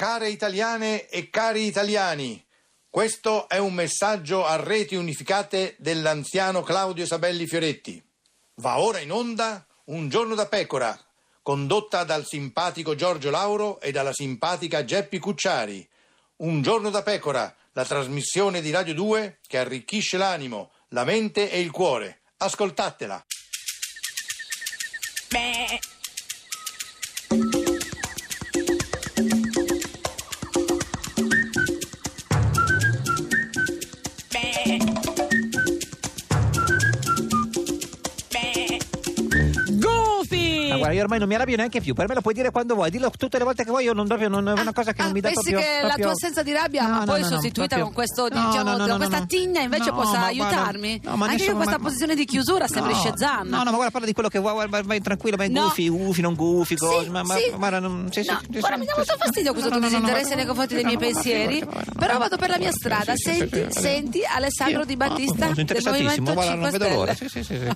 care italiane e cari italiani. Questo è un messaggio a reti unificate dell'anziano Claudio Sabelli Fioretti. Va ora in onda Un giorno da pecora, condotta dal simpatico Giorgio Lauro e dalla simpatica Geppi Cucciari. Un giorno da pecora, la trasmissione di Radio 2 che arricchisce l'animo, la mente e il cuore. Ascoltatela. Beh. Guarda, io ormai non mi arrabbio neanche più, per me lo puoi dire quando vuoi, dillo tutte le volte che vuoi, io non è una cosa che non mi dà proprio. Pensi che la tua assenza di rabbia poi sostituita con questo, con questa tigna invece possa aiutarmi? Guarda, anche io questa posizione di chiusura sembra scezzana. No, ma guarda, parla di quello che vuoi, vai tranquillo, vai gufi, non gufi, cose, guarda, guarda, mi dà molto fastidio questo tuo disinteresse nei confronti dei miei pensieri, però vado per la mia strada. Senti Alessandro Di Battista del Movimento 5 Stelle. Sì.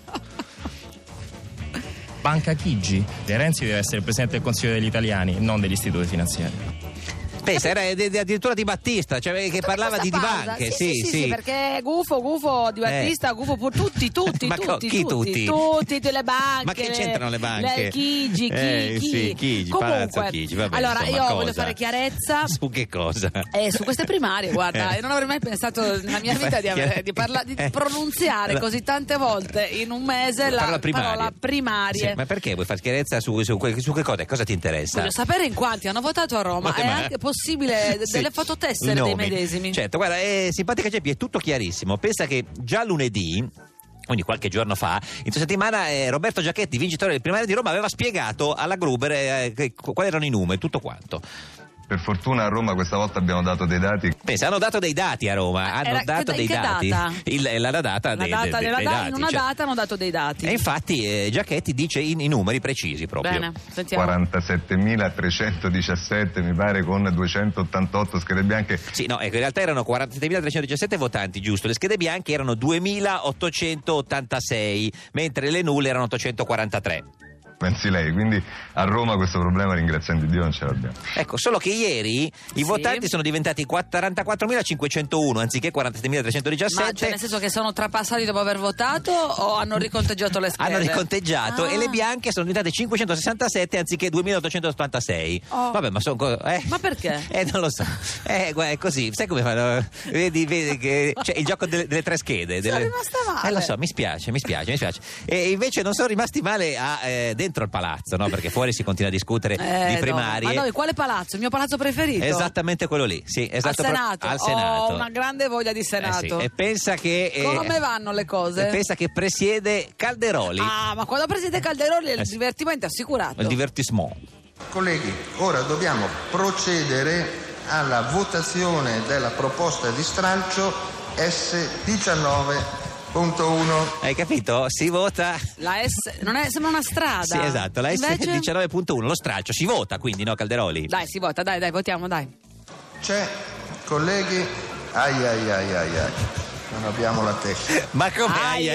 Banca Chigi. Renzi deve essere il presidente del Consiglio degli italiani, non degli istituti finanziari. Pensa, era addirittura Di Battista, cioè che parlava di banche. Sì, perché gufo Di Battista, gufo pure tutti. Ma chi tutti? Tutti, le banche. Ma che c'entrano le banche? Chigi. Chigi, Comunque, Chigi, vabbè, allora insomma, io cosa? voglio fare chiarezza. Su che cosa? Su queste primarie, guarda, io non avrei mai pensato nella mia vita di pronunziare così tante volte in un mese la parola primarie. Sì, ma perché vuoi fare chiarezza su che cosa? Cosa ti interessa? Voglio sapere in quanti hanno votato a Roma. È anche possibile delle fototessere dei medesimi. Certo, guarda, simpatica Geppi, è tutto chiarissimo. Pensa che già lunedì, quindi qualche giorno fa, in settimana Roberto Giachetti, vincitore del primario di Roma, aveva spiegato alla Gruber quali erano i numeri, tutto quanto. Per fortuna a Roma questa volta abbiamo dato dei dati. Pensa, hanno dato dei dati a Roma, hanno dato dei dati. Data? La data dei dati. In una data hanno dato dei dati. E infatti Giachetti dice i numeri precisi proprio. Bene, sentiamo. 47.317 mi pare, con 288 schede bianche. Sì, no, ecco, in realtà erano 47.317 votanti, giusto. Le schede bianche erano 2.886, mentre le nulle erano 843. Pensi lei, quindi a Roma questo problema, ringraziando Dio, non ce l'abbiamo. Ecco, solo che ieri i votanti sono diventati 44.501 anziché 47.317. Ma cioè, nel senso che sono trapassati dopo aver votato o hanno riconteggiato le schede? Hanno riconteggiato e le bianche sono diventate 567 anziché 2.886. Vabbè, ma sono ma perché? Non lo so. Guarda, è così, sai come fanno? Vedi che c'è il gioco delle tre schede. Sono rimasta male. Lo so, mi spiace. E invece non sono rimasti male dentro il palazzo, no? Perché fuori si continua a discutere di primarie. Ma noi, quale palazzo? Il mio palazzo preferito? Esattamente quello lì, sì, esatto. Al Senato. Ho una grande voglia di Senato. E pensa che come vanno le cose? Pensa che presiede Calderoli. Ma quando presiede Calderoli il divertimento è assicurato. Il divertissement. Colleghi, ora dobbiamo procedere alla votazione della proposta di stralcio S19.1. Hai capito? Si vota. La S sembra una strada. Sì, esatto, la S19.1, lo stralcio. Si vota quindi, no, Calderoli? Dai, si vota, dai, votiamo, dai. C'è, colleghi. Ai. Non abbiamo la tessera. Ma come?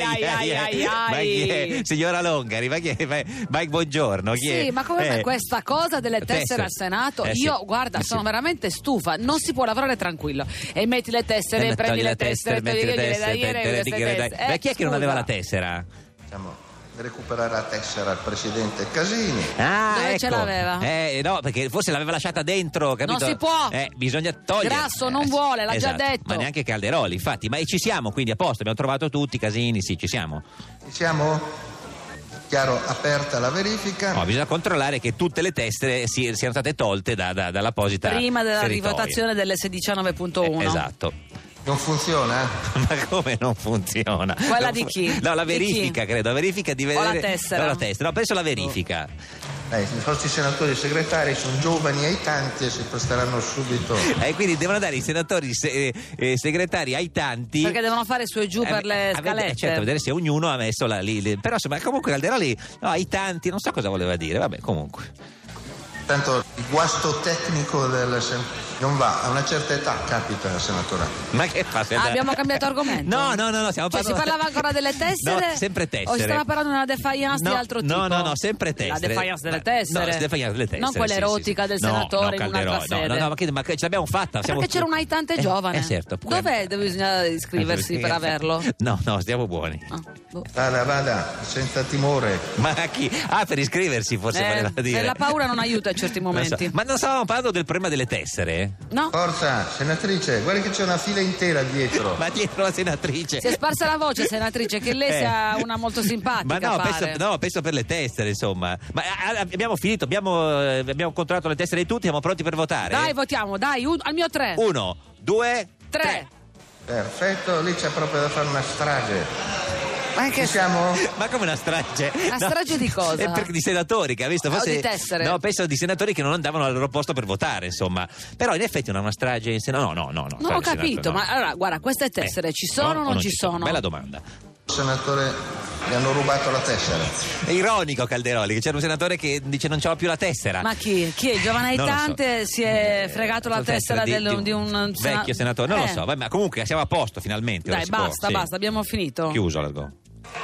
Ma chi è? Signora Longari, ma chi è? Mike Buongiorno, chi è? Sì, ma come questa cosa delle tessere al Senato? Io, guarda, sono veramente stufa. Non si può lavorare tranquillo. E metti le tessere, prendi le tessere, metti le tessere. Chi è che non aveva la tessera? Diciamo, recuperare la tessera al presidente Casini. Dove ce l'aveva? No, perché forse l'aveva lasciata dentro, capito? Non si può. Bisogna togliere. Grasso non vuole, l'ha già detto. Ma neanche Calderoli, infatti. Ma ci siamo, quindi a posto, abbiamo trovato tutti, Casini, sì, ci siamo. Ci siamo? Chiaro, aperta la verifica. No, bisogna controllare che tutte le tessere siano state tolte dall'apposita prima della feritoia. Rivotazione dell'S19.1. Esatto. Non funziona? Ma come non funziona? Quella di chi? No, la verifica, credo. La verifica di vedere. O la tessera? No, la tessera. No, penso la verifica. I nostri senatori segretari sono giovani aitanti e si presteranno subito. Quindi devono dare i senatori segretari ai tanti. Perché devono fare su e giù per le scalette. Certo, vedere se ognuno ha messo lì. Però insomma, comunque Calderoli, ai tanti, non so cosa voleva dire. Vabbè, comunque. Tanto il guasto tecnico non va, a una certa età capita, senatore. Ma che fa? Abbiamo cambiato argomento? No, stiamo Cioè, parlando... si parlava ancora delle tessere? No, sempre tessere. O si stava parlando di una defiance di altro tipo? No, sempre tessere. La defiance delle tessere? No, la defiance delle tessere. Non quella erotica del senatore in un'altra sede. No, ma ce l'abbiamo fatta. Perché c'era un aitante giovane. Certo. Dov'è? Bisogna iscriversi per averlo? No, stiamo buoni. Vada, senza timore. Ma chi? Per iscriversi forse voleva dire. La paura non aiuta in certi momenti. Ma non stavamo parlando del problema delle tessere? No. Forza, senatrice, guardi che c'è una fila intera dietro. Ma dietro la senatrice. Si è sparsa la voce, senatrice, che lei sia una molto simpatica. Ma penso per le tessere, insomma. Ma abbiamo finito, abbiamo controllato le tessere di tutti, siamo pronti per votare? Dai, votiamo, dai, al mio 3. 1, 2, 3. Perfetto, lì c'è proprio da fare una strage. Ma Ci siamo? Ma come una strage? Una strage di cosa? Di senatori che ha visto forse di tessere? No, penso di senatori che non andavano al loro posto per votare, insomma. Però in effetti una strage in Senato. No. Non ho capito, ma allora guarda, queste tessere ci sono o non ci sono? Bella domanda. Senatore, mi hanno rubato la tessera. È ironico Calderoli che c'era un senatore che dice non c'ho più la tessera. Ma chi? Chi è? Il giovane aitante si è fregato la tessera di un vecchio senatore, non lo so, ma comunque siamo a posto finalmente. Dai, basta, abbiamo finito. Chiuso l'argomento.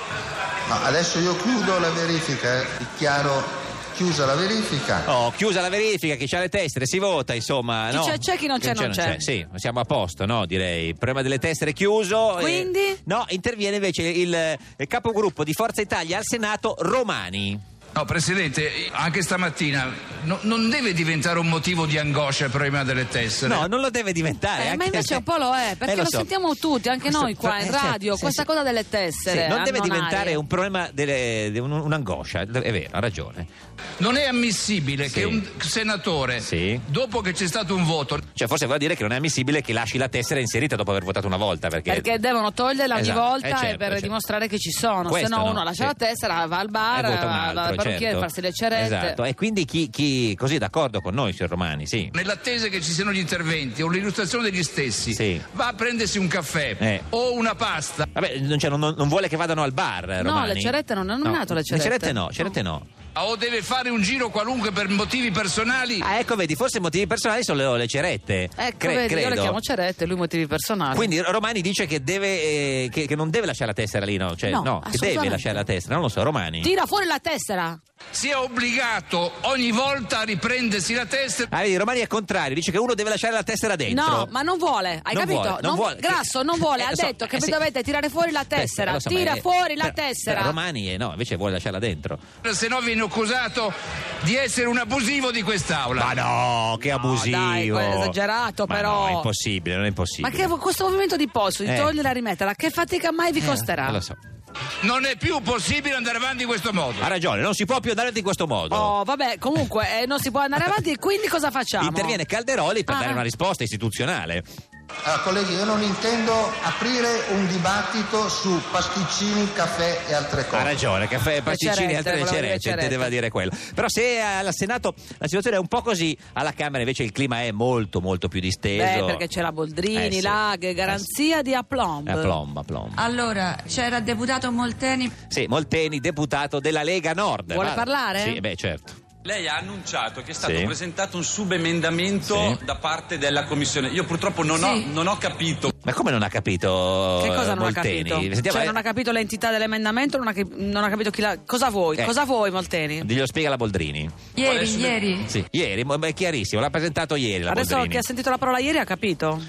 No, adesso io chiudo la verifica, dichiaro chiusa la verifica. Chiusa la verifica, chi c'ha le tessere si vota, insomma. Chi c'è, chi non c'è. Sì, siamo a posto, no? Direi. Il problema delle tessere è chiuso. Quindi? No, interviene invece il capogruppo di Forza Italia al Senato, Romani. No, Presidente, anche stamattina non deve diventare un motivo di angoscia il problema delle tessere. No, non lo deve diventare. Ma invece un po' lo è, perché lo sentiamo tutti, anche noi qua in radio, questa cosa delle tessere. Non deve diventare un problema, un'angoscia, è vero, ha ragione. Non è ammissibile che un senatore, dopo che c'è stato un voto... Cioè forse vuol dire che non è ammissibile che lasci la tessera inserita dopo aver votato una volta. Perché devono toglierla ogni volta certo. dimostrare che ci sono. Questo, se no uno lascia la tessera, va al bar, va alla parrucchiera a farsi le cerette. Esatto, e quindi chi così è d'accordo con noi, signor Romani, sì. Nell'attesa che ci siano gli interventi o l'illustrazione degli stessi, va a prendersi un caffè o una pasta. Vabbè, non vuole che vadano al bar, Romani. No, le cerette non hanno nominato le cerette. Le cerette no. O deve fare un giro qualunque per motivi personali. Ecco, vedi, forse i motivi personali sono le cerette. Ecco, vedi, io le chiamo cerette, lui motivi personali. Quindi Romani dice che deve che non deve lasciare la tessera lì, no? Cioè, no, che deve lasciare la tessera, non lo so, Romani. Tira fuori la tessera. Sia obbligato ogni volta a riprendersi la tessera. Vedi, Romani è contrario, dice che uno deve lasciare la tessera dentro. No, ma non vuole, hai capito? Non vuole. Grasso non vuole, ha detto che dovete tirare fuori la tessera. Tira fuori la tessera. Romani no, invece vuole lasciarla dentro. Se no viene accusato di essere un abusivo di quest'aula. Ma no, che abusivo. Dai, è esagerato. Ma però. No, è impossibile, non è impossibile. Ma che questo movimento di polso, di toglierla e rimetterla, che fatica mai vi costerà? Lo so. Non è più possibile andare avanti in questo modo. Ha ragione, non si può più andare avanti in questo modo. Vabbè, comunque non si può andare avanti, quindi cosa facciamo? Interviene Calderoli per dare una risposta istituzionale. Allora, colleghi, io non intendo aprire un dibattito su pasticcini, caffè e altre cose. Ha ragione, caffè, pasticcini e altre cerette, intendeva dire quello. Però se al Senato la situazione è un po' così, alla Camera invece il clima è molto molto più disteso. Perché c'è la Boldrini, garanzia di aplomb. Aplomb. Allora, c'era il deputato Molteni. Sì, Molteni, deputato della Lega Nord. Vuole parlare? Sì, certo. Lei ha annunciato che è stato presentato un subemendamento da parte della Commissione. Io purtroppo non ho capito. Ma come non ha capito? Che cosa non Molteni? ha capito? Sentiamo, non ha capito l'entità dell'emendamento, non ha capito cosa vuoi? Cosa vuoi, Molteni? Glielo spiega la Boldrini. Ieri. Sì, ieri, è chiarissimo, l'ha presentato ieri la Adesso Boldrini. che ha sentito la parola ieri ha capito.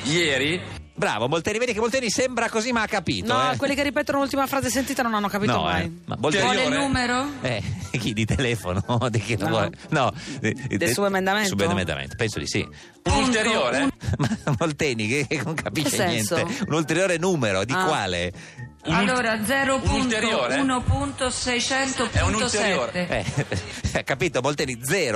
Ieri? Bravo, Molteni, vedi che Molteni sembra così ma ha capito. No, quelli che ripetono l'ultima frase sentita non hanno capito mai. Ma vuole il numero? Chi di telefono? Di chi lo vuole? No. Del subemendamento? Subemendamento, penso di sì. Un ulteriore? Ma Molteni che non capisce niente. Un ulteriore numero, di quale? Allora 0.1.600.7 È un ulteriore. Capito Molteni?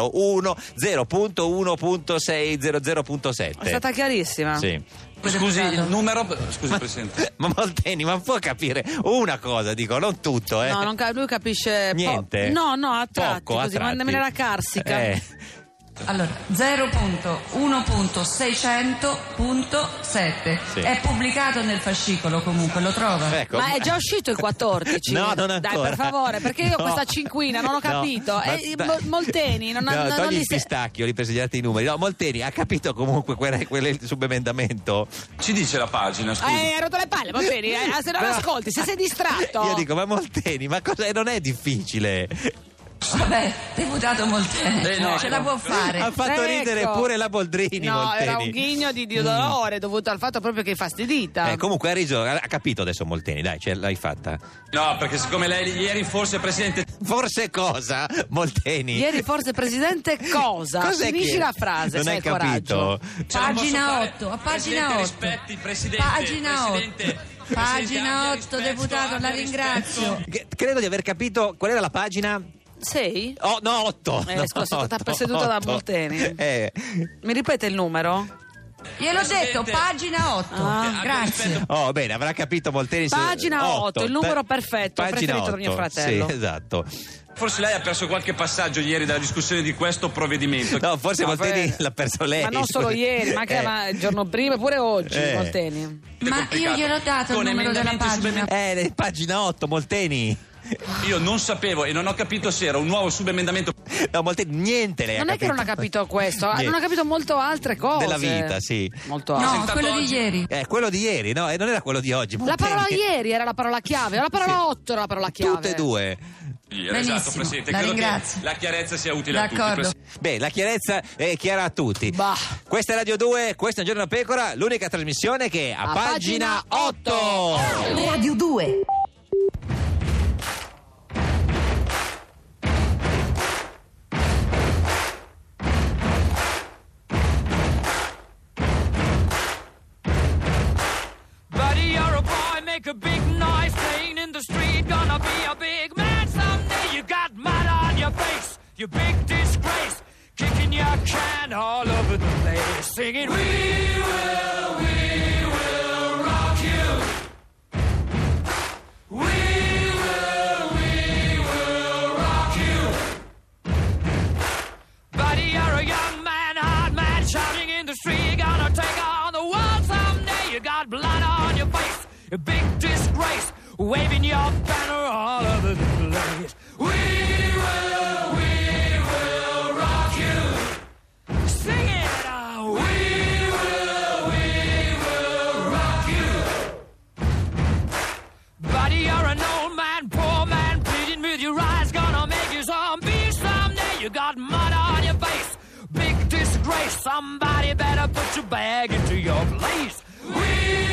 0.1.0.600.7 È stata chiarissima. Sì. Scusi, il numero? Scusi, Presidente. Ma Molteni, ma può capire una cosa, dico, non tutto, No, lui capisce niente. No, a tratti, poco, così, ma in maniera carsica. Allora, 0.1.600.7 Sì. è pubblicato nel fascicolo, comunque lo trova. Ecco. Ma è già uscito il 14? No, non ancora. Dai, per favore, perché io No. questa cinquina non ho capito. No, ma dai. Molteni non Togli li il pistacchio, li presidiate i numeri. No, Molteni ha capito comunque qual è il subemendamento. Ci dice la pagina, scusa. Hai rotto le palle, Molteni, se non ascolti, se sei distratto. Io dico, ma Molteni, ma cosa? Non è difficile. Vabbè, deputato Molteni, no, ce la può fare. Ha fatto Ecco. ridere pure la Boldrini. No, Molteni. era un ghigno di dolore dovuto al fatto proprio che è fastidita. Comunque ha riso, ha capito adesso Molteni, dai, ce l'hai fatta. No, perché siccome lei ieri forse presidente. Forse cosa, Molteni? Ieri forse presidente cosa? Cos'è Finisci che- la frase, non se hai hai coraggio. capito? Ce la posso Pagina fare? 8, a pagina Presidente, 8. rispetti, presidente. Pagina 8. Presidente, Pagina abbia 8, rispetto, deputato, la abbia ringrazio. Credo di aver capito qual era la pagina. Sei? Oh, no, 8. Scusa, sono stata presieduta da Molteni. Mi ripete il numero? Gliel'ho detto, pagina 8. Ah, Grazie. Oh, bene, avrà capito Molteni. Pagina 8, il numero Per- perfetto, Pagina preferito 8, da mio fratello. Sì, esatto. Forse lei ha perso qualche passaggio ieri dalla discussione di questo provvedimento. No, forse Molteni bene. l'ha perso lei. Ma non solo scusi. ieri, ma anche il giorno prima, pure oggi, Molteni. Ma io gliel'ho dato il Con numero della emendamenti pagina. Pagina 8, Molteni. Io non sapevo e non ho capito se era un nuovo subemendamento. No, Molteni, niente lei Non ha è che capito. non ha capito questo, Niente. non ha capito molto altre cose. Della vita, sì. Molto altre. No, quello di ieri. Quello di ieri, no? E non era quello di oggi. La Molteni. parola ieri era la parola chiave, la parola 8 era la parola chiave. Tutte e due. Benissimo, Esatto, Presidente. la Credo ringrazio. che la chiarezza sia utile a tutti. D'accordo. Presidente. Beh, la chiarezza è chiara a tutti. Bah. Questa è Radio 2, questo è Un Giorno da Pecora, l'unica trasmissione che a pagina 8. Radio 2. Buddy, you're a boy, make a big noise, playing in the street, gonna be a big man someday. You got mud on your face, you big disgrace, kicking your can all over the place, singing, we will rock you. We will rock you. Buddy, you're a young man, hard man, shouting in the street, gonna take on the world someday. You got blood on your face, a big disgrace, waving your banner all over the place. We will rock you. Sing it out. We will rock you. Buddy, you're an old man, poor man, pleading with your eyes, gonna make you zombie someday. You got mud on your face, big disgrace. Somebody better put your bag into your place. We